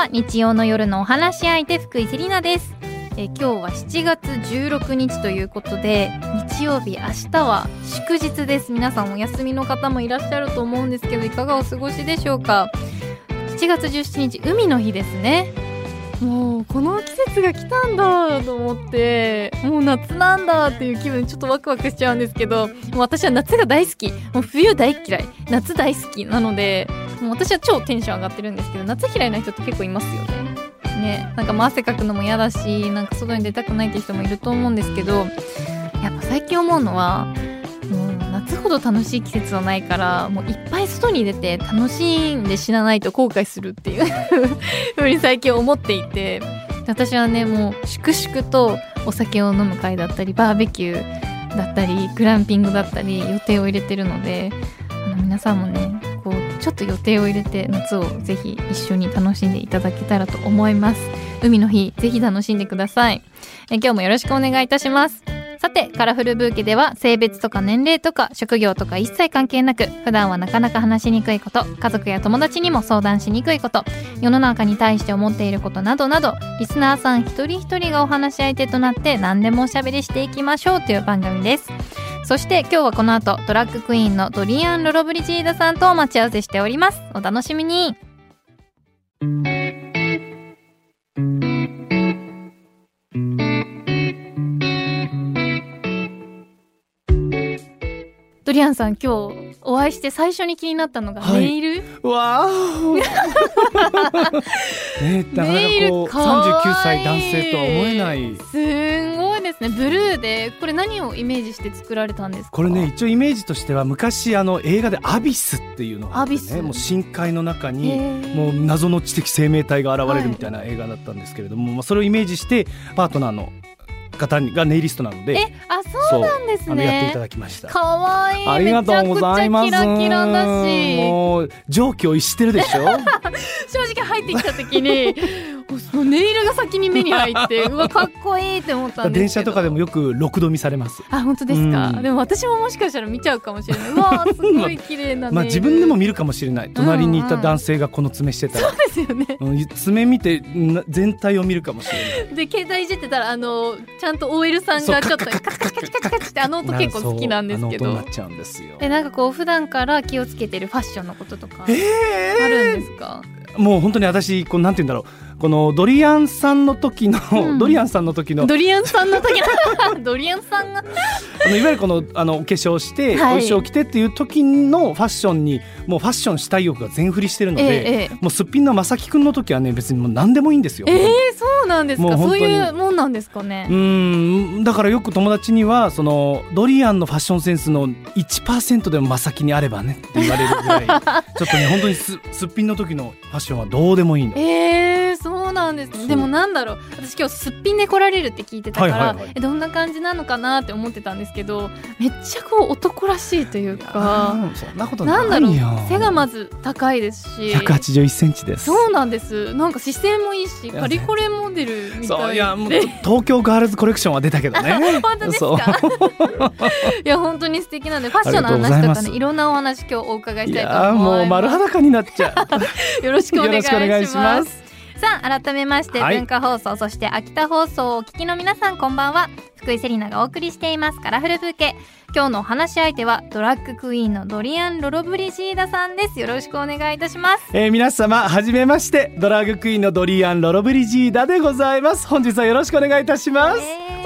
は。日曜の夜のお話し相手、福井セリナです。今日は7月16日ということで、日曜日、明日は祝日です。皆さんお休みの方もいらっしゃると思うんですけど、いかがお過ごしでしょうか。7月17日、海の日ですね。もうこの季節が来たんだと思って、もう夏なんだっていう気分、ちょっとワクワクしちゃうんですけど、もう私は夏が大好き、もう冬大嫌い、夏大好きなので、もう私は超テンション上がってるんですけど、夏嫌いな人って結構いますよね。なんかもう汗かくのも嫌だし、なんか外に出たくないって人もいると思うんですけど、やっぱ最近思うのは、もう夏ほど楽しい季節はないから、もういっぱい外に出て楽しんで死なないと後悔するっていうふうに最近思っていて、私はね、もう粛々とお酒を飲む会だったり、バーベキューだったり、グランピングだったり予定を入れてるので、皆さんもね、こうちょっと予定を入れて夏をぜひ一緒に楽しんでいただけたらと思います。海の日ぜひ楽しんでください。今日もよろしくお願いいたします。さて、カラフルブーケでは性別とか年齢とか職業とか一切関係なく、普段はなかなか話しにくいこと、家族や友達にも相談しにくいこと、世の中に対して思っていることなどなど、リスナーさん一人一人がお話し相手となって何でもおしゃべりしていきましょうという番組です。そして今日はこの後、ドラッグクイーンのドリアン・ロロブリジーダさんと待ち合わせしております。お楽しみに。ドリアンさん、今日お会いして最初に気になったのがネイル、 わーね、なかなかこう39歳男性とは思えない。 すごいですね。ブルーで、これ何をイメージして作られたんですか？ これね、一応イメージとしては昔映画でアビスっていうのがあってね、もう深海の中にもう謎の知的生命体が現れるみたいな映画だったんですけれども、それをイメージしてパートナーの方がネイリストなので、 そうなんですね。 やっていただきました。 かわいい。 ありがとうございます。 めちゃくちゃキラキラだし、 もう常軌を逸してるでしょ正直入ってきた時にネイルが先に目に入ってうわかっこいいって思ったんですけど、 電車とかでもよく6度見されます。 あ、本当ですか？でも私ももしかしたら見ちゃうかもしれない。うわすごい綺麗なネイル自分でも見るかもしれない。隣にいた男性がこの爪してたら、 そうですよね、 爪見て全体を見るかもしれない。 で携帯いじってたらちゃんと OL さんがちょっとカチカチカチカチカチって音結構好きなんですけど、 あの音になっちゃうんですよ。 なんかこう普段から気をつけてるファッションのこととかあるんですか？ もう本当に私なんて言うんだろう、このドリアンさんの時の、ドリアンさんの時のドリアンさんの時のドリアンさんがいわゆるこのお化粧して、お衣装着てっていう時のファッションにもうファッションしたい欲が全振りしてるので、もうすっぴんのまさきくんの時はね、別にもう何でもいいんですよ。 そうなんですか？そういうもんなんですかね。 だからよく友達にはそのドリアンのファッションセンスの 1% でもまさきにあればねって言われるぐらいちょっとね、本当にすっぴんの時のファッションはどうでもいいの。 そうなんですね。でもなんだろう、私今日すっぴんで来られるって聞いてたから、どんな感じなのかなって思ってたんですけど、めっちゃこう男らしいというか、 そんなことないよ。 なんだろう、背がまず高いですし、 181センチです。 そうなんです。なんか姿勢もいいし、パリコレモデルみたいで。 そう、いやもう東京ガールズコレクションは出たけどね本当ですか？いや本当に素敵なんで、ファッションの話とかね、いろんなお話今日お伺いしたいと思います。 いやもう丸裸になっちゃうよろしくお願いします。 す。 さあ改めまして、文化放送、そして秋田放送をお聞きの皆さん、こんばんは。福井セリナがお送りしていますカラフルブーケ。今日のお話し相手はドラッグクイーンのドリアン・ロロブリジーダさんです。よろしくお願いいたします。 皆様はじめまして、ドラッグクイーンのドリアン・ロロブリジーダでございます。本日はよろしくお願いいたします。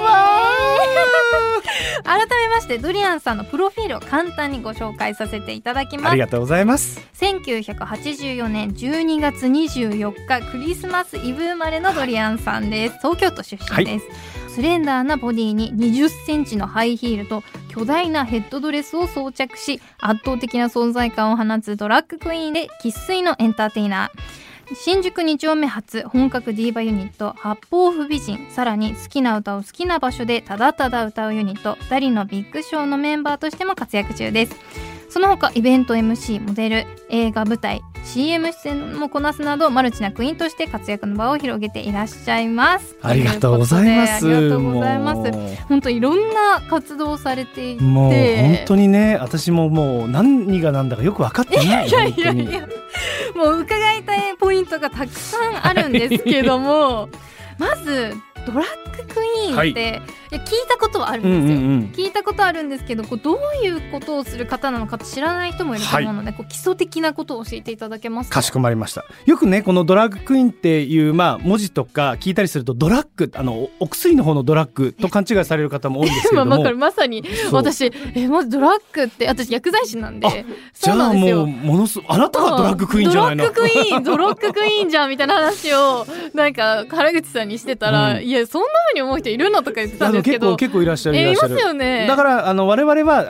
改めまして、ドリアンさんのプロフィールを簡単にご紹介させていただきます。 ありがとうございます。 1984年12月24日クリスマスイブ生まれのドリアンさんです。東京都出身です。スレンダーなボディに20センチのハイヒールと巨大なヘッドドレスを装着し、圧倒的な存在感を放つドラッグクイーンで生粋のエンターテイナー。新宿2丁目発本格ディーバユニット八方不美人、さらに好きな歌を好きな場所でただただ歌うユニット2人のビッグショーのメンバーとしても活躍中です。 その他イベント MC、 モデル、映画、舞台、 CM 出演もこなすなどマルチなクイーンとして活躍の場を広げていらっしゃいます。 ありがとうございます。 ありがとうございます。本当いろんな活動をされていて、 もう本当にね、私ももう何が何だかよく分かってない。 いやもう伺いたいポイントがたくさんあるんですけどもまずドラッグクイーンって、いや聞いたことはあるんですよ、聞いたことあるんですけど、どういうことをする方なのか知らない人もいると思うので、基礎的なことを教えていただけますか。 かしこまりました。よくねこのドラッグクイーンっていう、文字とか聞いたりするとドラッグお薬の方のドラッグと勘違いされる方も多いんですけれどもまさに私まずドラッグって私薬剤師なんで、 じゃあもうあなたがドラッグクイーンじゃないの。 ドラッグクイーンじゃんみたいな話をなんか原口さんにしてたら、いやそんな風に思う人いるのとか言ってたんですけど、 結構いらっしゃる、いますよね。 だから我々は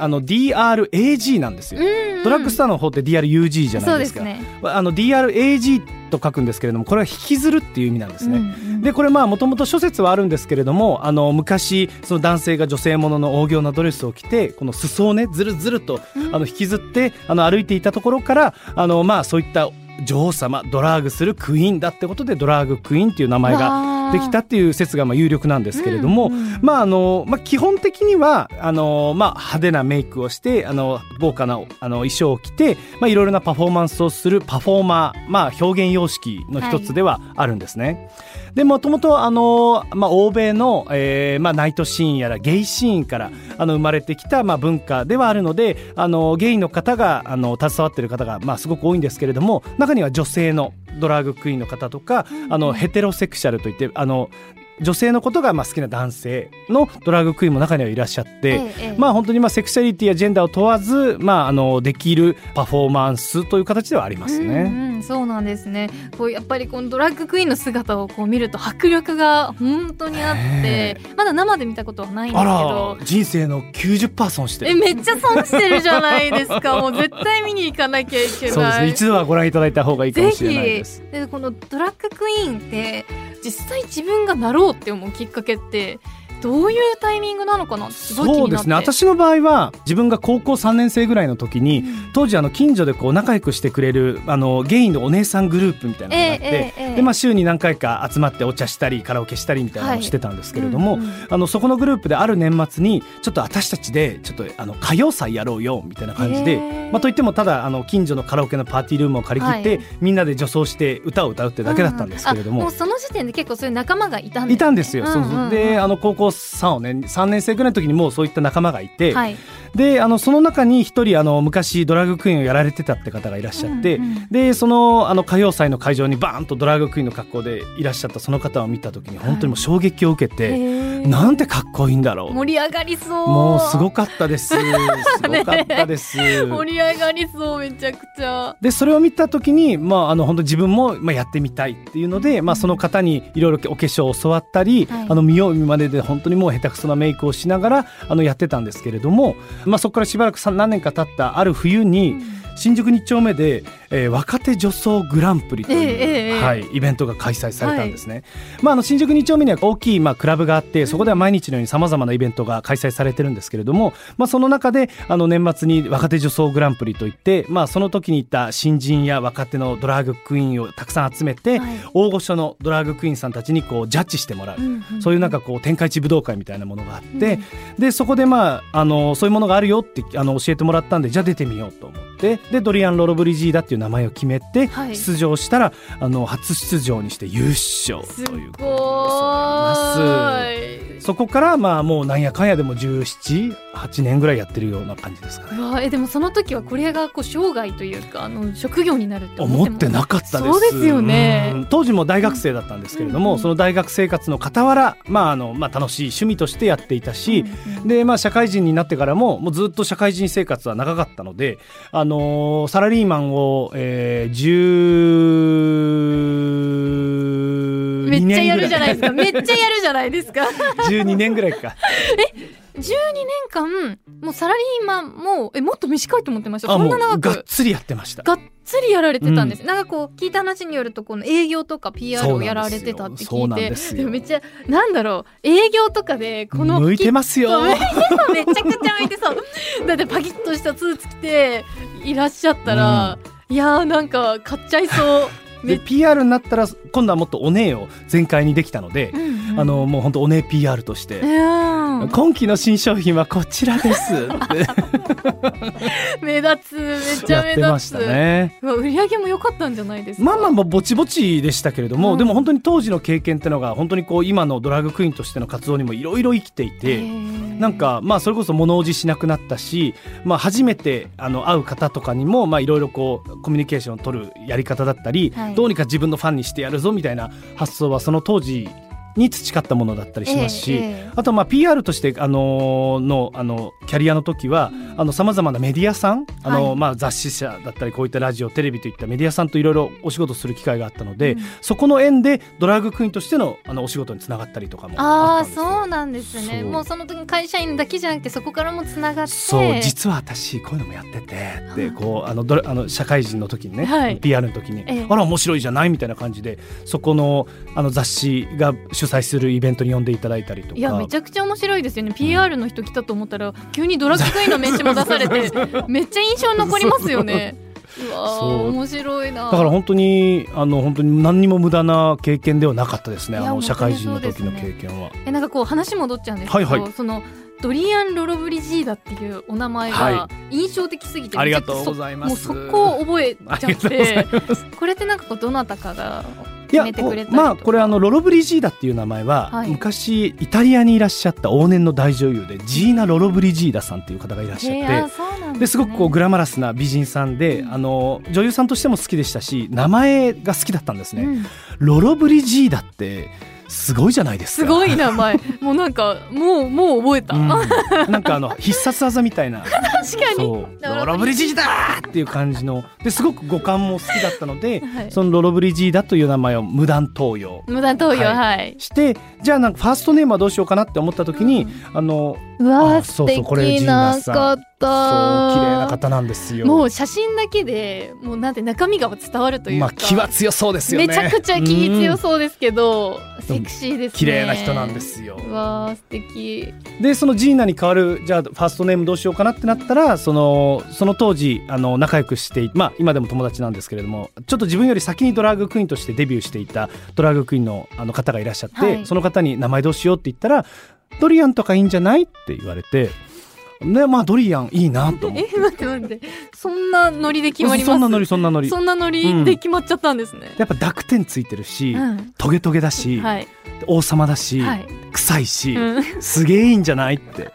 DRAG なんですよ。ドラッグストアの方って DRUG じゃないですか。そうですね。DRAG と書くんですけれども、これは引きずるっていう意味なんですね。でこれもともと諸説はあるんですけれども、昔その男性が女性ものの大行なドレスを着てこの裾をねずるずると引きずって歩いていたところからそういった女王様、ドラッグするクイーンだってことでドラッグクイーンっていう名前ができたっていう説が有力なんですけれども、基本的には派手なメイクをして豪華な衣装を着ていろいろなパフォーマンスをするパフォーマー、表現様式の一つではあるんですね。でもともと欧米の、ナイトシーンやらゲイシーンから生まれてきた文化ではあるのでゲイの方が携わっている方がすごく多いんですけれども、中には女性のドラッグクイーンの方とかヘテロセクシャルといって女性のことが好きな男性のドラッグクイーンも中にはいらっしゃって、本当にセクシャリティやジェンダーを問わず、できるパフォーマンスという形ではありますね。 そうなんですね。やっぱりこのドラッグクイーンの姿を見ると迫力が本当にあって、まだ生で見たことはないんですけど、 人生の 90% 損してる。 めっちゃ損してるじゃないですか。もう絶対見に行かなきゃいけない。 そうですね、一度はご覧いただいた方がいいかもしれないです。 でこのドラッグクイーンって実際自分がなろうって思うきっかけってどういうタイミングなのかなってすごい気になって。そうですね、私の場合は自分が高校3年生ぐらいの時に、当時近所で仲良くしてくれるゲイのお姉さんグループみたいなのがあって、で週に何回か集まってお茶したりカラオケしたりみたいなのをしてたんですけれども、そこのグループである年末にちょっと私たちでちょっと歌謡祭やろうよみたいな感じで、といってもただ近所のカラオケのパーティールームを借り切って、みんなで女装して歌を歌うってだけだったんですけれども、 もうその時点で結構そういう仲間がいたんですよ。で高校3年生ぐらいの時にもうそういった仲間がいて、でその中に一人昔ドラッグクイーンをやられてたって方がいらっしゃって、でその歌謡祭の会場にバーンとドラッグクイーンの格好でいらっしゃったその方を見た時に本当にもう衝撃を受けて、なんてかっこいいんだろう、 盛り上がりそう、 もうすごかったですすごかったです、 盛り上がりそう、めちゃくちゃ。 でそれを見た時に、本当自分もやってみたいっていうので、その方にいろいろお化粧を教わったり、見よう見まねで本当にもう下手くそなメイクをしながらやってたんですけれども、そこからしばらく何年か経ったある冬に、新宿2丁目で、若手女装グランプリという、イベントが開催されたんですね。新宿2丁目には大きいクラブがあって、そこでは毎日のようにさまざまなイベントが開催されてるんですけれども、その中で年末に若手女装グランプリといって、その時にいた新人や若手のドラッグクイーンをたくさん集めて、大御所のドラッグクイーンさんたちにジャッジしてもらう、そういう天下一武道会みたいなものがあって、でそこでそういうものがあるよって教えてもらったんで、じゃあ出てみようと思って、でドリアン・ロロブリジーダっていう名前を決めて出場したら、初出場にして優勝ということでございます。そこからもうなんやかんやでも17、8年ぐらいやってるような感じですかね。 でもその時はこれが生涯というか職業になるって思ってなかったです。 そうですよね。 当時も大学生だったんですけれども、その大学生活の傍ら、楽しい趣味としてやっていたし、で社会人になってからもうずっと社会人生活は長かったので、サラリーマンを、12年ぐらいめっちゃやるじゃないですか。 12年ぐらいか。 12年間もうサラリーマンももっと短いと思ってました。そんな長くがっつりやってました。 がっつりやられてたんです、なんかこう聞いた話によるとこの営業とか PR をやられてたって聞いて、でもめっちゃなんだろう、営業とかでこの向いてますよ。 めちゃくちゃ向いてそうだってパキッとしたスーツ着ていらっしゃったら、いやーなんか買っちゃいそうで PR になったら今度はもっとお姉を全開にできたので、もう本当お姉 PR として、今期の新商品はこちらですって目立つ、めっちゃ目立つ、やってましたね。売り上げも良かったんじゃないですか。 まあぼちぼちでしたけれども、でも本当に当時の経験ってのが本当にこう今のドラッグクイーンとしての活動にもいろいろ生きていて、なんかそれこそ物おじしなくなったし、初めて会う方とかにもいろいろこうコミュニケーションを取るやり方だったり、どうにか自分のファンにしてやるぞみたいな発想はその当時に培ったものだったりしますし、あとPR としてキャリアの時はさまざまなメディアさん、雑誌社だったりこういったラジオテレビといったメディアさんといろいろお仕事する機会があったので、そこの縁でドラッグクイーンとしてのお仕事につながったりとかもあったんですよ。 そうなんですね。もうその時会社員だけじゃなくてそこからもつながって、 そう実は私こういうのもやっててでこう社会人の時にね、PR の時にあら面白いじゃないみたいな感じで、そこの雑誌が主催するイベントに呼んでいただいたりとか。 いやめちゃくちゃ面白いですよね、PR の人来たと思ったら急にドラッグクイーンの名刺も出されてめっちゃ印象に残りますよね。うわ面白いな。 だから本当に何にも無駄な経験ではなかったですね、社会人の時の経験は。 なんかこう話戻っちゃうんですけど、そのドリアン・ロロブリジーダっていうお名前が印象的すぎて、 ありがとうございます。 もうそこを覚えちゃって、これってなんかこうどなたかが決めてくれたりとか。 これロロブリジーダっていう名前は、昔イタリアにいらっしゃった往年の大女優でジーナ・ロロブリジーダさんっていう方がいらっしゃって、ですごくこうグラマラスな美人さんで、女優さんとしても好きでしたし名前が好きだったんですね、ロロブリジーダってすごいじゃないですか。 すごい名前もうなんかもう覚えた、 なんか必殺技みたいな確かにロロブリジーダーっていう感じのですごく五感も好きだったので、そのロロブリジーダという名前を無断登用して、じゃあなんかファーストネームはどうしようかなって思った時に、 うわ素敵な方、 綺麗な方なんですよ。 もう写真だけでもうなんて中身が伝わるというか、 気は強そうですよね。 めちゃくちゃ気強そうですけど、セクシーですね。 綺麗な人なんですよ。 わ素敵でそのジーナに代わるじゃあファーストネームどうしようかなってなったら、その当時仲良くして今でも友達なんですけれども、ちょっと自分より先にドラッグクイーンとしてデビューしていたドラッグクイーンの方がいらっしゃって、その方に名前どうしようって言ったらドリアンとかいいんじゃないって言われて、ね、ドリアンいいなと思って待ってそんなノリで決まります？ そんなノリで決まっちゃったんですね、 やっぱ濁点ついてるし、トゲトゲだし、王様だし、臭いし、すげえいいんじゃないって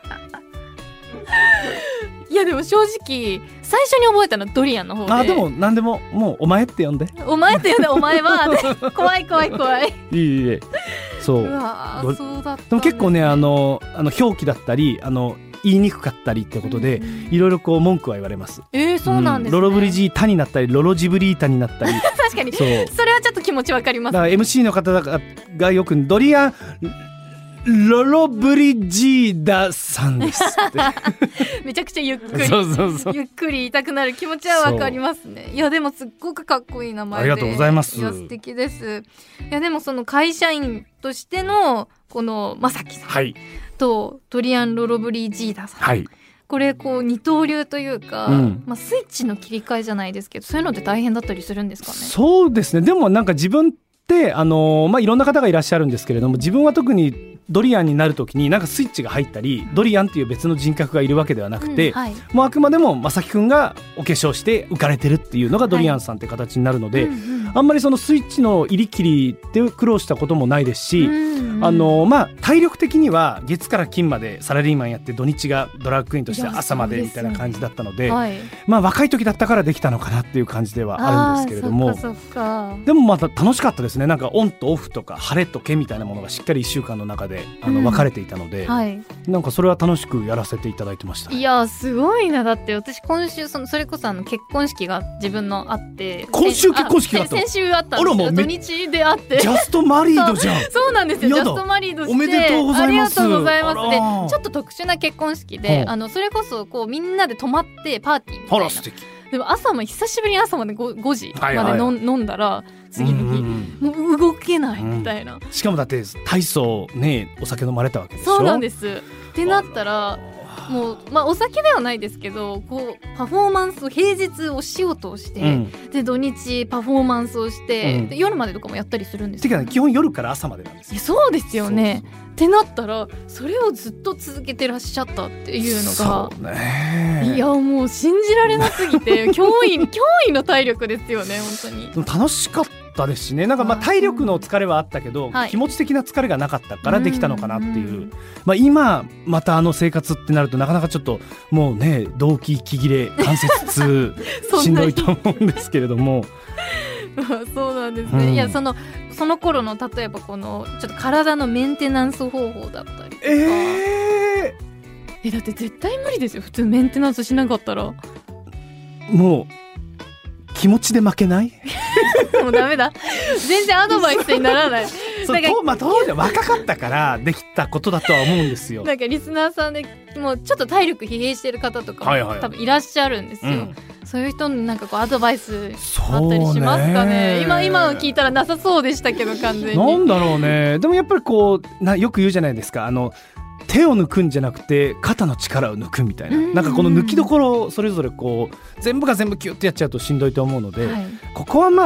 いやでも正直最初に覚えたのはドリアンの方で、 でも何でももうお前って呼んでお前は怖いいいそう。 そうだったんですね。 でも結構ね表記だったり言いにくかったりってことで、いろいろこう文句は言われます。 そうなんですね。 ロロブリジータになったりロロジブリータになったり確かにそれはちょっと気持ちわかります。 だから MC の方がよくドリアンロロブリジーダさんですってめちゃくちゃゆっくりゆっくり言いたくなる気持ちはわかりますね。いやでもすっごくかっこいい名前で、 ありがとうございます。 いや素敵です。いやでもその会社員としてのこのまさきさん、とドリアン・ロロブリジーダさん、これこう二刀流というか、スイッチの切り替えじゃないですけど、そういうのって大変だったりするんですかね？ そうですね。でもなんか自分っていろんな方がいらっしゃるんですけれども、自分は特にドリアンになるときになんかスイッチが入ったり、ドリアンっていう別の人格がいるわけではなくて、もうあくまでもまさきくんがお化粧して浮かれてるっていうのがドリアンさんって形になるので、あんまりそのスイッチの入り切りで苦労したこともないですし、体力的には月から金までサラリーマンやって土日がドラッグクイーンとして朝までみたいな感じだったので、若い時だったからできたのかなっていう感じではあるんですけれども、でもまた楽しかったですですね、なんかオンとオフとか晴れとけみたいなものがしっかり1週間の中で分かれていたので、はい、なんかそれは楽しくやらせていただいてましたね。 いやすごいな。だって私今週それこそ結婚式が自分のあって、 今週結婚式があったの？ 先週あったんですよ。土日であってジャストマリードじゃん。 そうなんですよ、ジャストマリードして、 おめでとうございます。 ありがとうございます。でちょっと特殊な結婚式で、それこそこうみんなで泊まってパーティーみたいな。でも朝も久しぶりに朝まで 5時まで飲んだら次の日もう動けないみたいな、 しかもだって大層ねお酒飲まれたわけでしょ。 そうなんです。ってなったらもう、お酒ではないですけど、こうパフォーマンスを平日お仕事をして、で土日パフォーマンスをして、で夜までとかもやったりするんですよ。 てか、基本夜から朝までなんですよ。 そうですよね。ってなったらそれをずっと続けてらっしゃったっていうのが、 そうね、 いやもう信じられなすぎて驚異の体力ですよね。本当にでも楽しかったですしね。なんか体力の疲れはあったけど、気持ち的な疲れがなかったからできたのかなっていう、今また生活ってなるとなかなかちょっともうね動悸息切れ関節痛しんどいと思うんですけれどもそうなんですね、いやその頃の例えばこのちょっと体のメンテナンス方法だったりとか、だって絶対無理ですよ普通メンテナンスしなかったら。 もう気持ちで負けないもうダメだ、全然アドバイスにならない当時は若かったからできたことだとは思うんですよ。 なんかリスナーさんでもうちょっと体力疲弊してる方とかも、多分いらっしゃるんですよ、そういう人になんかこうアドバイスあったりしますかね。今聞いたらなさそうでしたけど完全に。 なんだろうね。でもやっぱりこうよく言うじゃないですか、手を抜くんじゃなくて肩の力を抜くみたいな、なんかこの抜きどころをそれぞれこう全部が全部キュッてやっちゃうとしんどいと思うので、ここは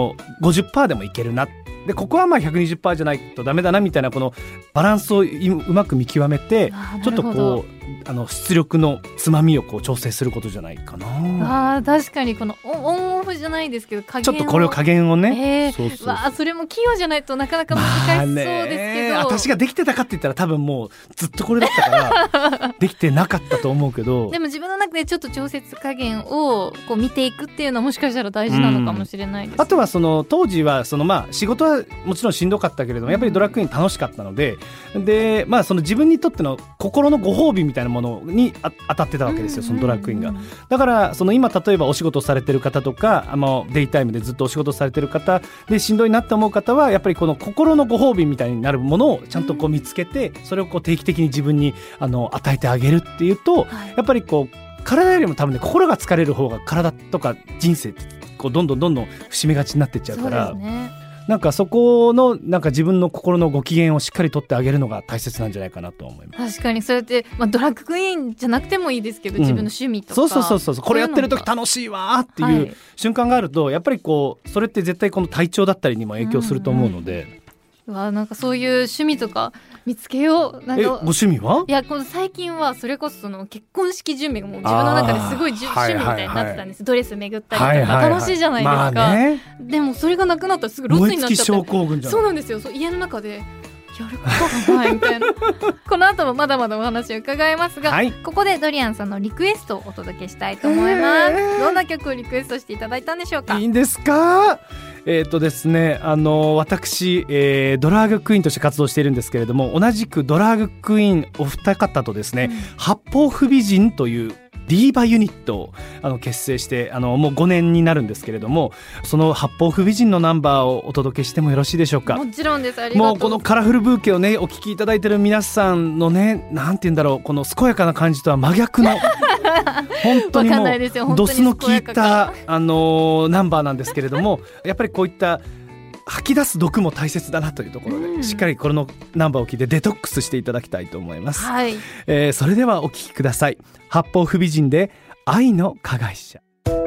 50% でもいけるな、でここは120% じゃないとダメだなみたいな、このバランスをうまく見極めてちょっとこう出力のつまみをこう調整することじゃないかな。 確かにこのオンオフじゃないですけどちょっとこれを加減をね、 それも器用じゃないとなかなか難しそうですけど、 私ができてたかって言ったら多分もうずっとこれだったからできてなかったと思うけど、 でも自分の中でちょっと調節加減をこう見ていくっていうのはもしかしたら大事なのかもしれないです、 あとは当時は仕事はもちろんしんどかったけれども、やっぱりドラッグクイーン楽しかったので、自分にとっての心のご褒美みたいなものに当たってたわけですよ、そのドラッグクイーンが。だから今例えばお仕事されてる方とかデイタイムでずっとお仕事されてる方でしんどいなって思う方はやっぱりこの心のご褒美みたいになるものをちゃんとこう見つけて、それをこう定期的に自分に与えてあげるっていうと、やっぱりこう体よりも多分ね心が疲れる方が体とか人生ってこうどんどん節目がちになってっちゃうから、なんかそこのなんか自分の心のご機嫌をしっかりとってあげるのが大切なんじゃないかなと思います。 確かにそうやって、ドラッグクイーンじゃなくてもいいですけど、自分の趣味とか、 そうこれやってる時楽しいわっていう瞬間があると、やっぱりこうそれって絶対この体調だったりにも影響すると思うので、 なんかそういう趣味とか見つけよう。なんかご趣味は？ いやこの最近はそれこそ結婚式準備がもう自分の中ですごい趣味みたいになってたんです、ドレス巡ったりとか、楽しいじゃないですか、でもそれがなくなったらすぐロスになっちゃって、 燃え尽き症候群じゃん。 そうなんですよ。家の中でやることがないみたいなこの後もまだまだお話を伺いますが、ここでドリアンさんのリクエストをお届けしたいと思います、どんな曲をリクエストしていただいたんでしょうか？ いいんですか？ですね、私、ドラァグクイーンとして活動しているんですけれども、同じくドラァグクイーンお二方とですね、八方不美人というディーバユニットを結成してもう5年になるんですけれども、その八方不美人のナンバーをお届けしてもよろしいでしょうか？ もちろんです。ありがとう。 もうこのカラフルブーケをねお聞きいただいている皆さんのね、なんて言うんだろう、この健やかな感じとは真逆の本当にもうドスの効いたナンバーなんですけれども、やっぱりこういった吐き出す毒も大切だなというところで、しっかりこのナンバーを聞いてデトックスしていただきたいと思います、それではお聞きください。八方不美人で愛の加害者。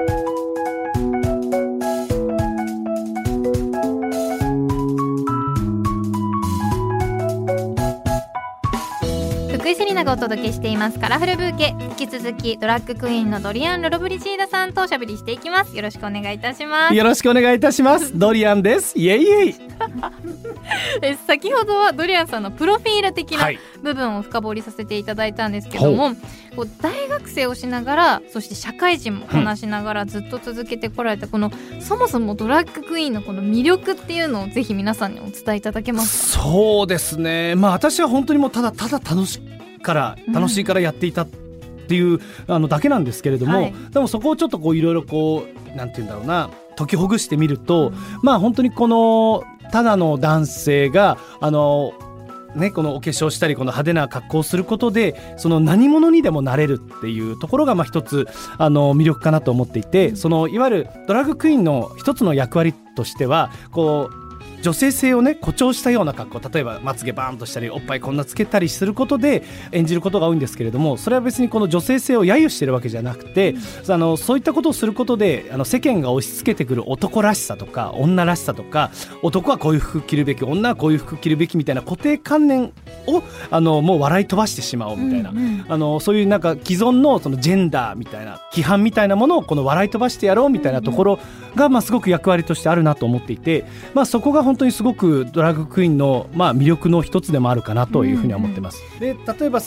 福井セリナがお届けしていますカラフルブーケ。引き続きドラッグクイーンのドリアン・ロロブリジーダさんとおしゃべりしていきます。よろしくお願いいたします。 よろしくお願いいたします。ドリアンです。イエイイエイ先ほどはドリアンさんのプロフィール的な部分を深掘りさせていただいたんですけども、こう大学生をしながら、そして社会人もこなしながらずっと続けてこられたこの、そもそもドラッグクイーンのこの魅力っていうのをぜひ皆さんにお伝えいただけますか？ そうですね、私は本当にもうただ楽しいからやっていたっていうだけなんですけれども、でもそこをちょっとこういろいろこうなんていうんだろうな、解きほぐしてみると、本当にこのただの男性がこのお化粧したりこの派手な格好をすることでその何者にでもなれるっていうところが一つ魅力かなと思っていて、そのいわゆるドラッグクイーンの一つの役割としてはこう女性性を誇張したような格好、例えばまつげバーンとしたりおっぱいこんなつけたりすることで演じることが多いんですけれども、それは別にこの女性性を揶揄してるわけじゃなくて、そういったことをすることで世間が押し付けてくる男らしさとか女らしさとか、男はこういう服着るべき、女はこういう服着るべきみたいな固定観念をもう笑い飛ばしてしまおうみたいな、そういう既存のそのジェンダーみたいな規範みたいなものをこの笑い飛ばしてやろうみたいなところがすごく役割としてあるなと思っていて、そこが本当にすごくドラッグクイーンの魅力の一つでもあるかなというふうには思ってます。で例えば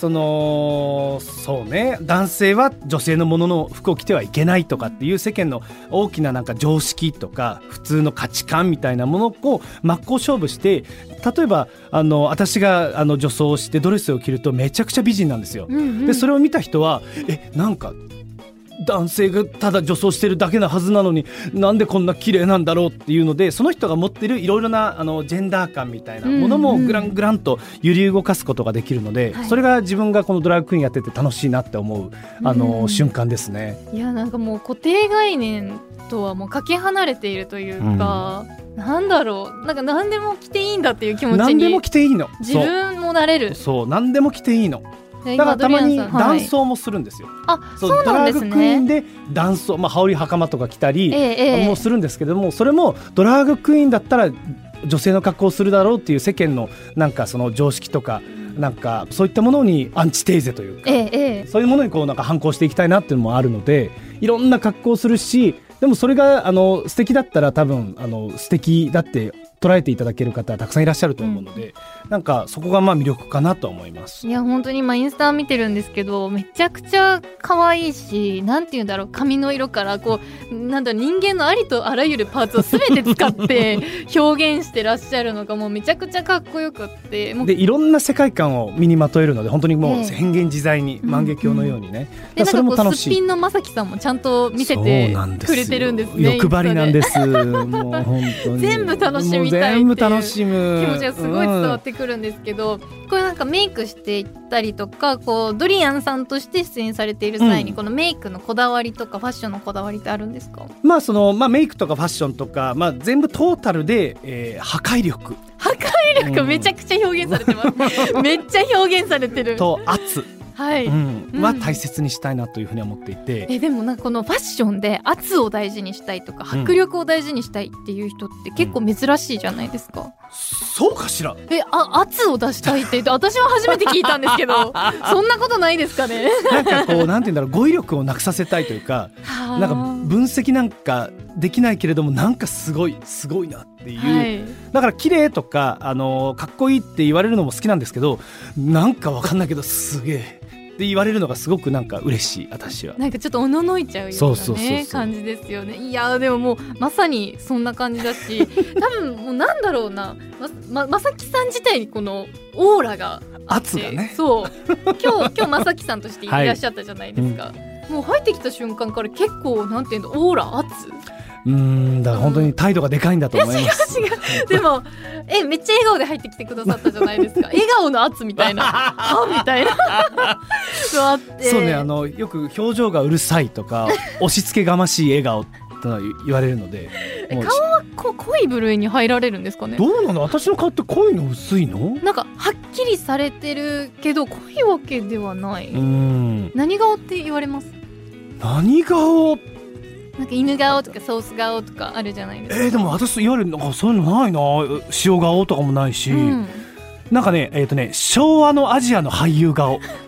男性は女性のものの服を着てはいけないとかっていう世間の大きな常識とか普通の価値観みたいなものを真っ向勝負して、例えば私が女装してドレスを着るとめちゃくちゃ美人なんですよ、でそれを見た人は男性がただ女装してるだけなはずなのになんでこんな綺麗なんだろうっていうので、その人が持ってるいろいろなジェンダー感みたいなものもグランと揺り動かすことができるので、それが自分がこのドラッグクイーンやってて楽しいなって思う瞬間ですね。 いやもう固定概念とはもうかけ離れているというか、なんだろう、何でも着ていいんだっていう気持ちに何でも着ていいの、 自分もなれる。 そう何でも着ていいのだからたまに男装もするんですよ、 そうなんですね。 ドラッグクイーンで男装、羽織袴とか着たりもするんですけども、それもドラッグクイーンだったら女性の格好をするだろうっていう世間のその常識とかそういったものにアンチテーゼというか、そういうものに反抗していきたいなっていうのもあるので、いろんな格好をするし、でもそれが素敵だったら多分素敵だって捉えていただける方たくさんいらっしゃると思うので、そこが魅力かなと思います。 いや本当にインスタ見てるんですけど、めちゃくちゃ可愛いし、なんていうんだろう、髪の色から人間のありとあらゆるパーツを全て使って表現してらっしゃるのがもうめちゃくちゃかっこよくって、 でいろんな世界観を身にまとえるので本当にもう変幻自在に、万華鏡のようにね、 でそれも楽しい。 すっぴんのまさきさんもちゃんと見せてくれてるんですね。 欲張りなんですもう本当に全部楽しみたいっていう全部楽しむ気持ちがすごい伝わってくるんですけど、これメイクしていったりとかドリアンさんとして出演されている際に、このメイクのこだわりとかファッションのこだわりってあるんですか？ メイクとかファッションとか、全部トータルで、破壊力めちゃくちゃ表現されてますめっちゃ表現されてると圧は大切にしたいなというふうに思っていて、 でもこのファッションで圧を大事にしたいとか、迫力を大事にしたいっていう人って結構珍しいじゃないですか、 そうかしら。 圧を出したいって言って私は初めて聞いたんですけどそんなことないですかねなんていうんだろう、語彙力をなくさせたいというか、分析できないけれどもすごいなっていう、だから綺麗とかかっこいいって言われるのも好きなんですけど、分かんないけどすげえって言われるのがすごく嬉しい。私はちょっとおののいちゃうようなね感じですよね。いやでももうまさにそんな感じだし多分もうなんだろうな、まさきさん自体にこのオーラがあって、 圧がね、 そう今日まさきさんとしていらっしゃったじゃないですか、もう入ってきた瞬間から結構なんていうの、オーラ圧だから本当に態度がでかいんだと思います。 違うでもめっちゃ笑顔で入ってきてくださったじゃないですか笑顔の圧みたいなみたいなあってそうね、よく表情がうるさいとか押し付けがましい笑顔と言われるので顔は濃い部類に入られるんですかね。 どうなの、私の顔って濃いの薄いの？ はっきりされてるけど濃いわけではない。何顔って言われます？ 何顔？ 犬顔とかソース顔とかあるじゃないですか。 でも私いわゆるそういうのないな。塩顔とかもないし、昭和のアジアの俳優顔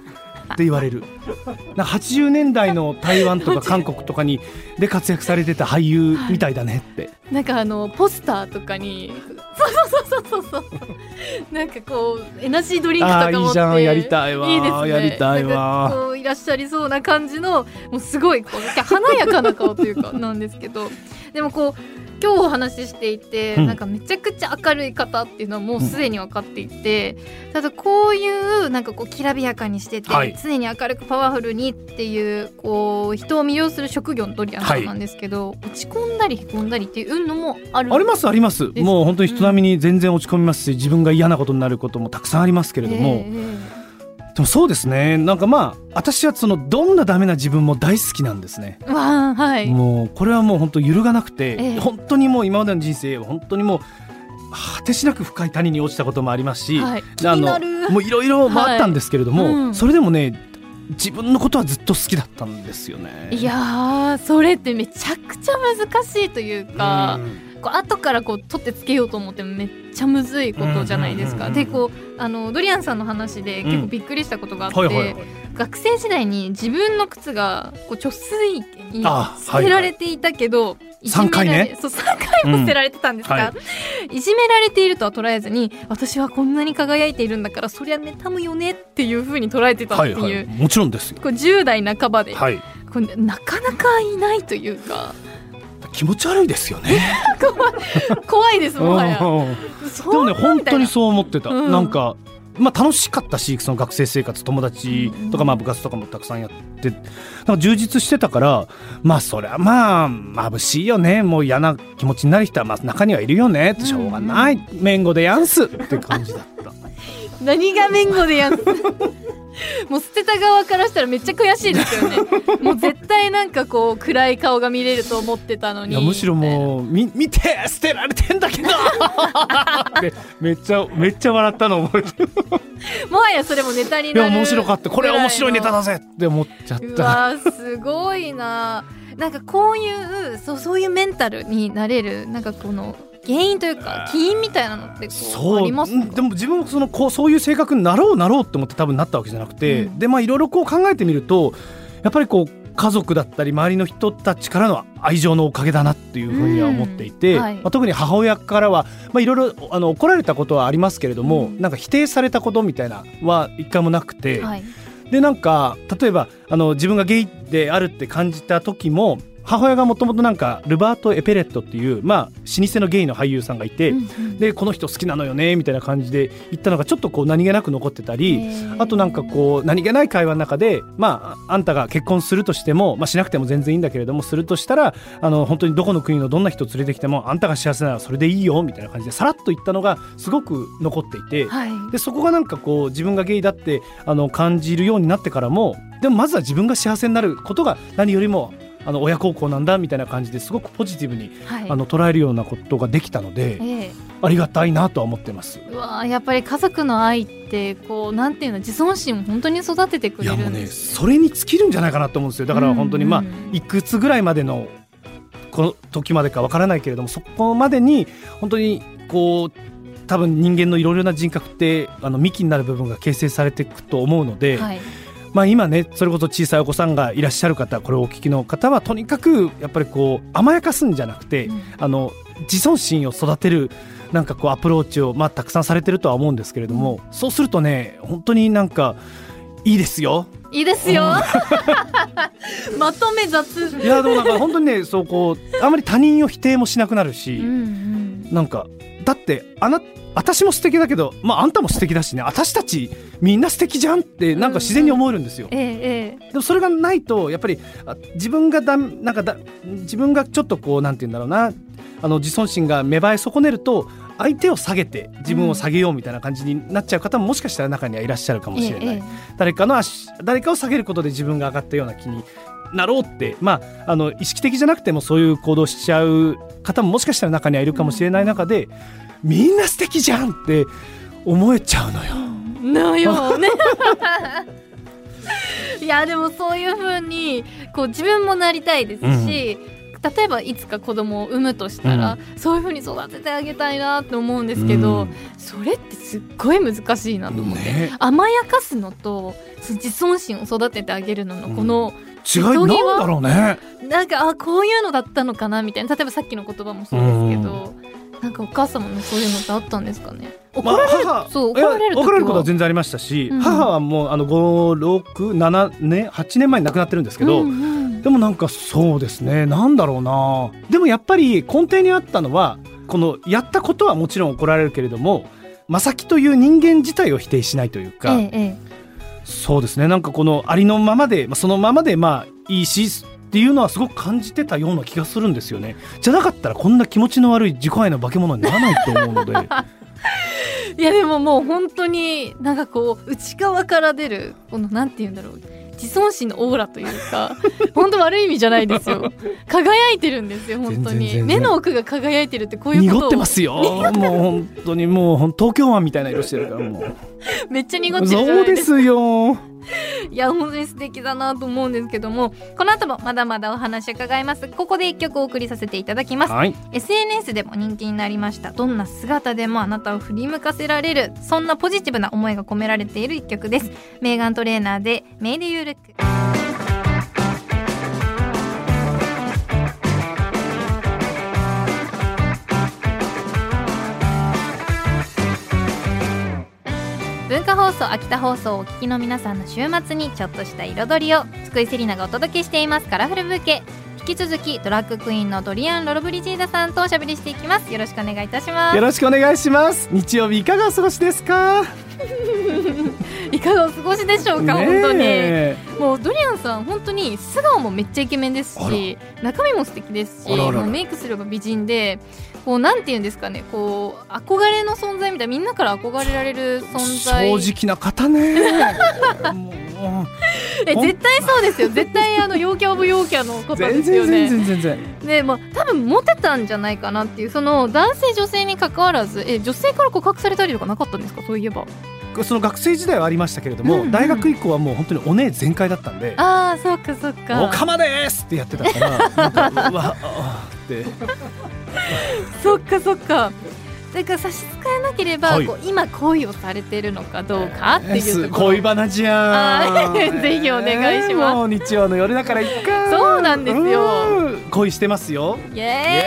って言われる。なんか80年代の台湾とか韓国とかにで活躍されてた俳優みたいだねって、 なんかポスターとかにそうなんかこうエナジードリンクとか持って、 いいじゃん、やりたいわ、 いいですね、 やりたいわ、 なんかこういらっしゃりそうな感じの、もうすごいこう華やかな顔というかなんですけど、でもこう今日お話ししていて、なんかめちゃくちゃ明るい方っていうのはもうすでに分かっていて、ただこういうなんかこうきらびやかにしてて、常に明るくパワフルにっていうこう人を魅了する職業のドリアンさんなんですけど、落ち込んだりへこんだりっていうのもあります。もう本当に人並みに全然落ち込みますし、自分が嫌なことになることもたくさんありますけれども、でもそうですね、なんか私はそのどんなダメな自分も大好きなんですね。もうこれはもう本当揺るがなくて、本当にもう今までの人生は本当にもう果てしなく深い谷に落ちたこともありますし、もういろいろあったんですけれども、それでもね自分のことはずっと好きだったんですよね。 いやー、それってめちゃくちゃ難しいというか、こう後からこう取ってつけようと思ってもめっちゃむずいことじゃないですか。でこうドリアンさんの話で結構びっくりしたことがあって、学生時代に自分の靴がこう貯水に捨てられていたけど、 3回ね、 そう3回も捨てられてたんですが、いじめられているとは捉えずに、私はこんなに輝いているんだからそりゃ妬むよねっていう風に捉えてたっていう、 もちろんですよ。 こう10代半ばで、これなかなかいないというか気持ち悪いですよね怖いですもはや。でもね本当にそう思ってた、なんか楽しかったし、その学生生活、友達とか部活とかもたくさんやってなんか充実してたから、それは眩しいよね、もう嫌な気持ちになる人は中にはいるよねって、しょうがない、めんごでやんすって感じだった何がめんごでやんすもう捨てた側からしたらめっちゃ悔しいですよねもう絶対なんかこう暗い顔が見れると思ってたのに、 いやむしろもう見て捨てられてんだけどってめっちゃ笑ったの覚えてるもはやそれもネタになる。 いや面白かった、これは面白いネタだぜって思っちゃった。 うわすごいな。なんかこういうそういうメンタルになれるなんかこの原因というか起因みたいなのってこうありますか？ でも自分もそういう性格になろうって思って多分なったわけじゃなくて、でいろいろこう考えてみると、やっぱりこう家族だったり周りの人たちからの愛情のおかげだなっていうふうには思っていて、特に母親からはいろいろ怒られたことはありますけれども、なんか否定されたことみたいなは一回もなくて、でなんか例えば自分がゲイであるって感じた時も、母親がもともとなんかルバート・エペレットっていう、老舗のゲイの俳優さんがいて、でこの人好きなのよねみたいな感じで言ったのがちょっとこう何気なく残ってたり、あとなんかこう何気ない会話の中で、あんたが結婚するとしても、しなくても全然いいんだけれども、するとしたら本当にどこの国のどんな人連れてきてもあんたが幸せならそれでいいよみたいな感じでさらっと言ったのがすごく残っていて、でそこがなんかこう自分がゲイだって感じるようになってからも、でもまずは自分が幸せになることが何よりも親孝行なんだみたいな感じですごくポジティブに、捉えるようなことができたので、ありがたいなとは思ってます。 うわやっぱり家族の愛ってこうなんていうの、自尊心を本当に育ててくれるんです。いやもうね、それに尽きるんじゃないかなと思うんですよ。だから本当にいくつぐらいまでのこの時までかわからないけれども、そこまでに本当にこう多分人間のいろいろな人格って幹になる部分が形成されていくと思うので、今ねそれこそ小さいお子さんがいらっしゃる方、これをお聞きの方はとにかくやっぱりこう甘やかすんじゃなくて、自尊心を育てるなんかこうアプローチをたくさんされてるとは思うんですけれども、そうするとね本当になんかいいですよ。 まとめ雑。 いやでもなんか本当にねそうこうあまり他人を否定もしなくなるし、なんかだって私も素敵だけど、あんたも素敵だしね、私たちみんな素敵じゃんってなんか自然に思えるんですよ。でもそれがないとやっぱり自分が自分がちょっとこうなんていうんだろうな、自尊心が芽生え損ねると相手を下げて自分を下げようみたいな感じになっちゃう方ももしかしたら中にはいらっしゃるかもしれない。誰かを下げることで自分が上がったような気になろうって、意識的じゃなくてもそういう行動しちゃう方ももしかしたら中にはいるかもしれない中で、みんな素敵じゃんって思えちゃうのよ。 ねいやでもそういう風にこう自分もなりたいですし、 例えばいつか子供を産むとしたら、そういう風に育ててあげたいなって思うんですけど、それってすっごい難しいなと思って、甘やかすのと自尊心を育ててあげるののこの違いなんだろうね。 なんかこういうのだったのかなみたいな。例えばさっきの言葉もそうですけど、なんかお母様のそういうのってあったんですかね。怒られることは全然ありましたし、母はもう5、6、7年8年前に亡くなってるんですけど、でもなんかそうですね、なんだろうな。でもやっぱり根底にあったのは、このやったことはもちろん怒られるけれども、正木という人間自体を否定しないというか、そうですね、なんかこのありのままで、そのままでいいしっていうのはすごく感じてたような気がするんですよね。じゃなかったらこんな気持ちの悪い自己愛の化け物にならないと思うのでいやでももう本当になんかこう内側から出るこのなんて言うんだろう、自尊心のオーラというか本当悪い意味じゃないですよ。輝いてるんですよ本当に。目の奥が輝いてるってこういうこと。 濁ってますよもう本当にもう東京湾みたいな色してるからもうめっちゃ濁ってるじゃないですか。 そうですよ。 いや本当に素敵だなと思うんですけども、この後もまだまだお話伺います。ここで一曲お送りさせていただきます、SNS でも人気になりました。どんな姿でもあなたを振り向かせられる、そんなポジティブな思いが込められている一曲です。メーガントレーナーでメイデユールック。文化放送、秋田放送をお聞きの皆さんの週末にちょっとした彩りを津久井セリナがお届けしています。カラフルブーケ。引き続きドラッグクイーンのドリアン・ロロブリジーダさんとおしゃべりしていきます。よろしくお願いいたします。 よろしくお願いします。日曜日いかがお過ごしですかいかがお過ごしでしょうか。本当にもうドリアンさん本当に素顔もめっちゃイケメンですし、中身も素敵ですし、もうメイクすれば美人で、こうなんていうんですかね、こう憧れの存在みたいな、みんなから憧れられる存在。 正直な方ねもう絶対そうですよ。絶対陽キャオブ陽キャの方ですよね。 全然で、多分モテたんじゃないかなっていう、その男性女性に関わらず女性から告白されたりとかなかったんですか。そういえばその学生時代はありましたけれども、大学以降はもう本当にお姉全開だったんで、 そうかそうか、 おかまですってやってたからなんかうわってそっかそっか。だから差し支えなければ、こう今恋をされてるのかどうかっていうところ、 恋バナじゃんぜひお願いします。 もう日曜の夜だからいっか。 そうなんですよ。 恋してますよ。 イ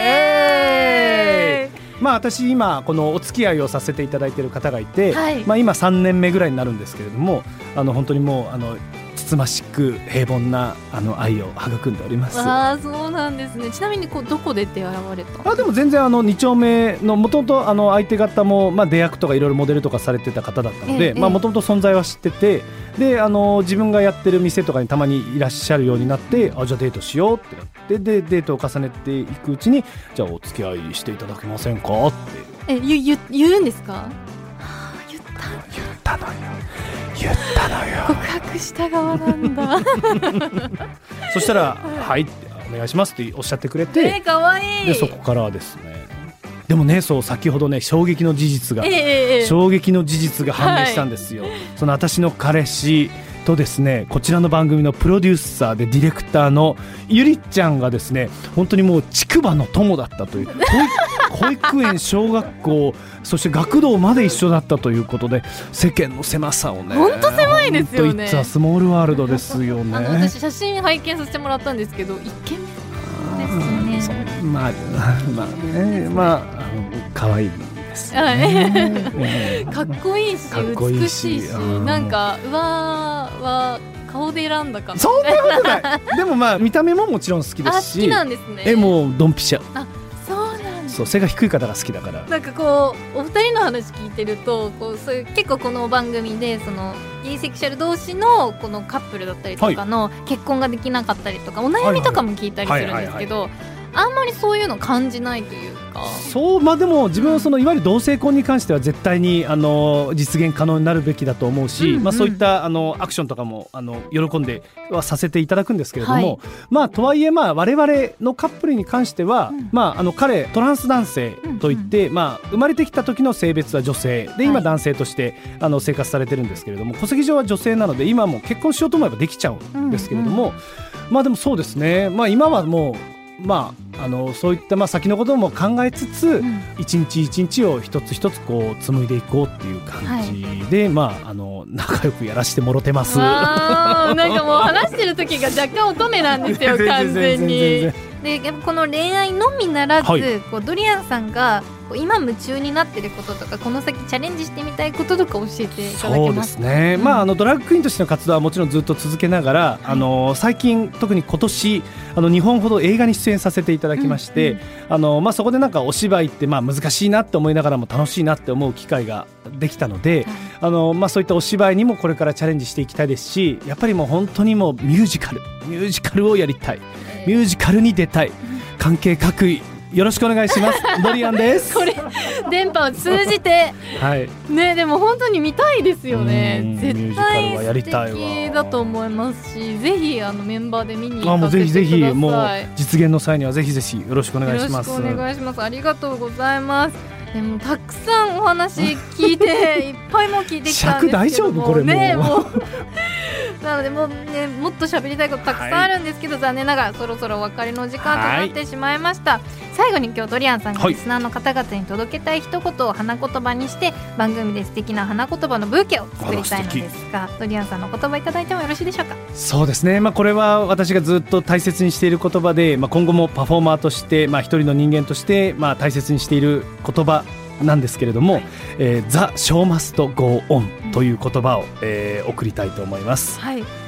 エーイ。 私今このお付き合いをさせていただいている方がいて、今3年目ぐらいになるんですけれども、本当にもうつつましく平凡な愛を育んでおります。 そうなんですね。ちなみにどこで出会われた？ でも全然2丁目のもともと相手方も出役とかいろいろモデルとかされてた方だったので、もともと存在は知ってて、で自分がやってる店とかにたまにいらっしゃるようになって、じゃあデートしようってなって、でデートを重ねていくうちに、じゃあお付き合いしていただけませんかって言うんですか？言ったのよ。告白した側なんだそしたらはいってお願いしますっておっしゃってくれて、 かわいい。 でそこからはですね、でもね、そう先ほどね衝撃の事実が判明したんですよ。その私の彼氏とですね、こちらの番組のプロデューサーでディレクターのゆりちゃんがですね、本当にもう竹馬の友だったという保育園、小学校、そして学童まで一緒だったということで、世間の狭さをね、 本当狭いですよね。 It's a small worldですよね。 私写真拝見させてもらったんですけど、一見ですね。 可愛いですねかっこいいし美しいし、なんか顔で選んだかも。 そんなことないでも見た目ももちろん好きですし、 好きなんですね。 もうドンピシャ。 そうなんです。 そう、背が低い方が好きだから。 なんかお二人の話聞いてると、そういう結構この番組でそのゲイセクシャル同士のこのカップルだったりとかの結婚ができなかったりとか、お悩みとかも聞いたりするんですけど、あんまりそういうの感じないというか。 そうでも自分はそのいわゆる同性婚に関しては絶対に実現可能になるべきだと思うし、そういったアクションとかも喜んではさせていただくんですけれども、とはいえ我々のカップルに関しては、彼トランス男性といって、生まれてきた時の性別は女性で、今男性として生活されてるんですけれども、戸籍上は女性なので今も結婚しようと思えばできちゃうんですけれども、でもそうですね、今はもうそういった先のことも考えつつ、一日一日を一つ一つこう紡いでいこうっていう感じで、仲良くやらせてもろてます。 なんかもう話してる時が若干乙女なんですよ完全に。でやっぱこの恋愛のみならず、こうドリアンさんが今夢中になってることとかこの先チャレンジしてみたいこととか教えていただけますか？そうですね、 ドラッグクイーンとしての活動はもちろんずっと続けながら、最近特に今年2本ほど映画に出演させていただきまして、そこでなんかお芝居って難しいなって思いながらも楽しいなって思う機会ができたので、そういったお芝居にもこれからチャレンジしていきたいですし、やっぱりもう本当にもうミュージカルをやりたい、ミュージカルに出たい、関係各位よろしくお願いしますドリアンですこれ電波を通じて、ね、でも本当に見たいですよね。絶対素敵だと思いますし、ぜひメンバーで見に行かせてください。 ぜひもう実現の際にはぜひぜひよろしくお願いします。 よろしくお願いします。ありがとうございます。でもたくさんお話聞いていっぱいも聞いてきたんですけども、 尺大丈夫これもうなのでもっと喋りたいことたくさんあるんですけど、残念ながらそろそろお別れの時間となってしまいました。最後に今日ドリアンさんがリスナーの方々に届けたい一言を花言葉にして番組で素敵な花言葉のブーケを作りたいのですが、ドリアンさんの言葉いただいてもよろしいでしょうか？ そうですね、これは私がずっと大切にしている言葉で、今後もパフォーマーとして、一人の人間として、大切にしている言葉なんですけれども、The show must go on という言葉を、送りたいと思います。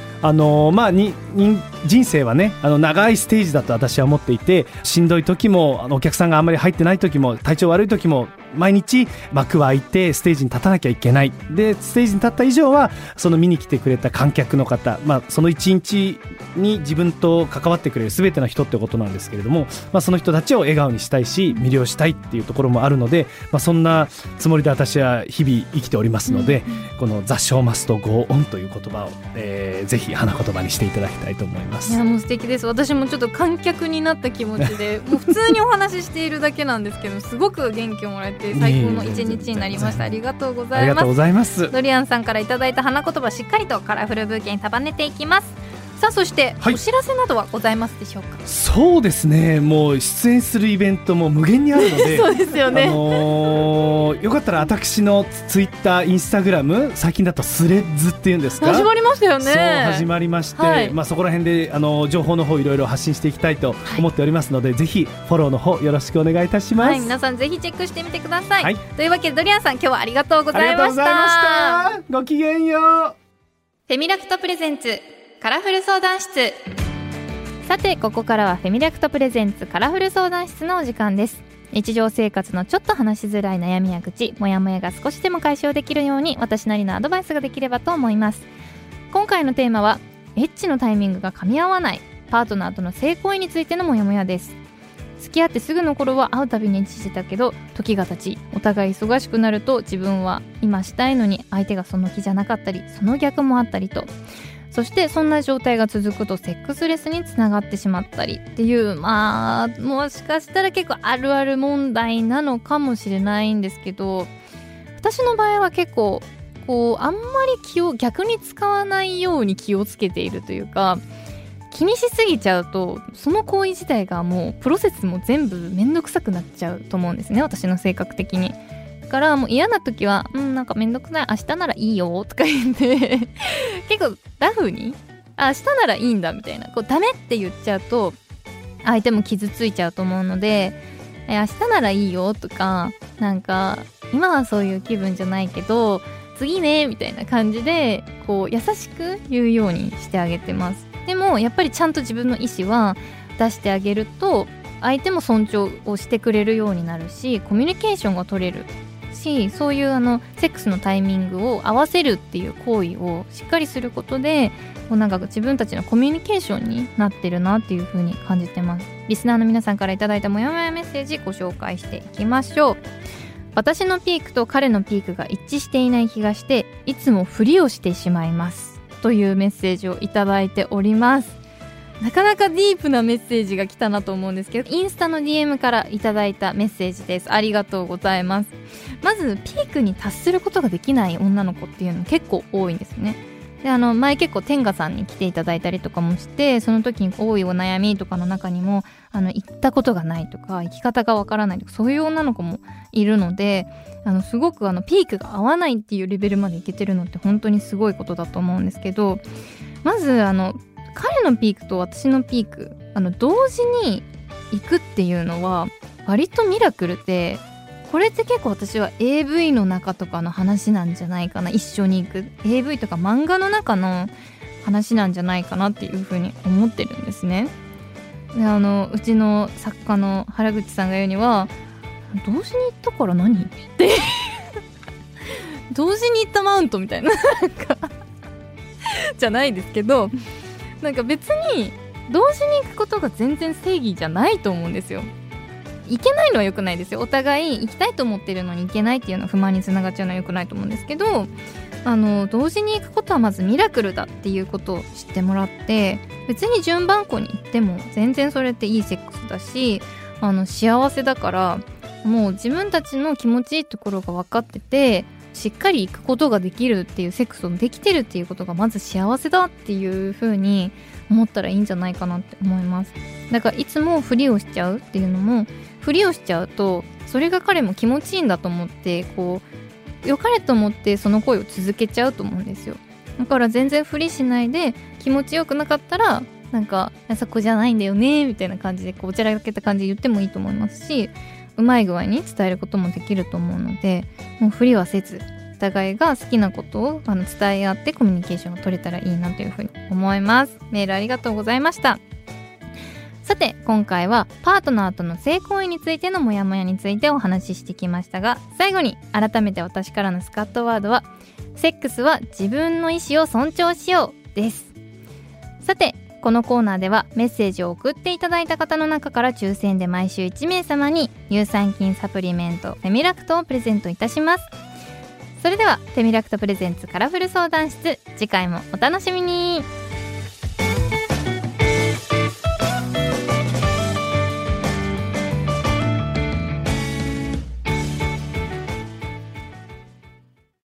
人生はね長いステージだと私は思っていて、しんどい時もお客さんがあんまり入ってない時も体調悪い時も毎日幕は開いてステージに立たなきゃいけない。でステージに立った以上はその見に来てくれた観客の方、その一日に自分と関わってくれる全ての人ってことなんですけれども、その人たちを笑顔にしたいし魅了したいっていうところもあるので、そんなつもりで私は日々生きておりますので、この The show must go on という言葉を、ぜひ花言葉にしていただきたいと思います。 いやもう素敵です。私もちょっと観客になった気持ちでもう普通にお話ししているだけなんですけどすごく元気をもらえて最高の一日になりました。ありがとうございます。 ありがとうございます。 ドリアンさんからいただいた花言葉しっかりとカラフルブーケに束ねていきます。さあそして、お知らせなどはございますでしょうか？ そうですね、もう出演するイベントも無限にあるのでそうですよね、 よかったら私のツイッターインスタグラム、最近だとスレッズっていうんですか、 始まりましたよね。 そう始まりまして、そこら辺で情報の方いろいろ発信していきたいと思っておりますので、ぜひフォローの方よろしくお願いいたします。 皆さんぜひチェックしてみてください。というわけでドリアンさん今日はありがとうございました。 ごきげんよう。 フェミラクトプレゼンツカラフル相談室。さてここからはフェミラクトプレゼンツカラフル相談室のお時間です。日常生活のちょっと話しづらい悩みや愚痴、もやもやが少しでも解消できるように私なりのアドバイスができればと思います。今回のテーマはエッチのタイミングが噛み合わないパートナーとの性行為についてのもやもやです。付き合ってすぐの頃は会うたびにエッチしてたけど、時が経ちお互い忙しくなると自分は今したいのに相手がその気じゃなかったり、その逆もあったりと、そしてそんな状態が続くとセックスレスにつながってしまったりっていう、もしかしたら結構あるある問題なのかもしれないんですけど、私の場合は結構あんまり気を逆に使わないように気をつけているというか、気にしすぎちゃうとその行為自体がもうプロセスも全部めんどくさくなっちゃうと思うんですね、私の性格的に。だからもう嫌な時はなんかめんどくない、明日ならいいよとか言って結構ラフに明日ならいいんだみたいな、ダメって言っちゃうと相手も傷ついちゃうと思うので、明日ならいいよとか、なんか今はそういう気分じゃないけど次ねみたいな感じで優しく言うようにしてあげてます。でもやっぱりちゃんと自分の意思は出してあげると相手も尊重をしてくれるようになるし、コミュニケーションが取れるし、そういうセックスのタイミングを合わせるっていう行為をしっかりすることでなんか自分たちのコミュニケーションになってるなっていう風に感じてます。リスナーの皆さんからいただいたもやもやメッセージご紹介していきましょう。私のピークと彼のピークが一致していない気がしていつもふりをしてしまいますというメッセージをいただいております。なかなかディープなメッセージが来たなと思うんですけど、インスタの DM からいただいたメッセージです。ありがとうございます。まずピークに達することができない女の子っていうの結構多いんですね。 で前結構天賀さんに来ていただいたりとかもして、その時に多いお悩みとかの中にも行ったことがないとか生き方がわからないとかそういう女の子もいるので、すごくピークが合わないっていうレベルまでいけてるのって本当にすごいことだと思うんですけど、まず彼のピークと私のピーク同時に行くっていうのは割とミラクルで、これって結構私は AV の中とかの話なんじゃないかな、一緒に行く AV とか漫画の中の話なんじゃないかなっていうふうに思ってるんですね。でうちの作家の原口さんが言うには、同時に行ったから何って同時に行ったマウントみたいなじゃないですけど、なんか別に同時に行くことが全然正義じゃないと思うんですよ。行けないのは良くないですよ。お互い行きたいと思ってるのに行けないっていうのは不満につながっちゃうのは良くないと思うんですけど、同時に行くことはまずミラクルだっていうことを知ってもらって、別に順番こに行っても全然それっていいセックスだし、幸せだから、もう自分たちの気持ちいいところが分かってて、しっかり行くことができるっていうセックスをできてるっていうことがまず幸せだっていう風に思ったらいいんじゃないかなって思います。だからいつもふりをしちゃうっていうのも、ふりをしちゃうとそれが彼も気持ちいいんだと思って、こう良かれと思ってその恋を続けちゃうと思うんですよ。だから全然ふりしないで、気持ちよくなかったらなんかそこじゃないんだよねみたいな感じでこうおちゃらけた感じで言ってもいいと思いますし、うまい具合に伝えることもできると思うので、もうふりはせずお互いが好きなことを伝え合ってコミュニケーションが取れたらいいなというふうに思います。メールありがとうございました。さて今回はパートナーとの性行為についてのモヤモヤについてお話ししてきましたが、最後に改めて私からのスカットワードは、セックスは自分の意思を尊重しようです。さてこのコーナーではメッセージを送っていただいた方の中から抽選で毎週1名様に乳酸菌サプリメントフェミラクトをプレゼントいたします。それではフェミラクトプレゼンツカラフル相談室、次回もお楽しみに。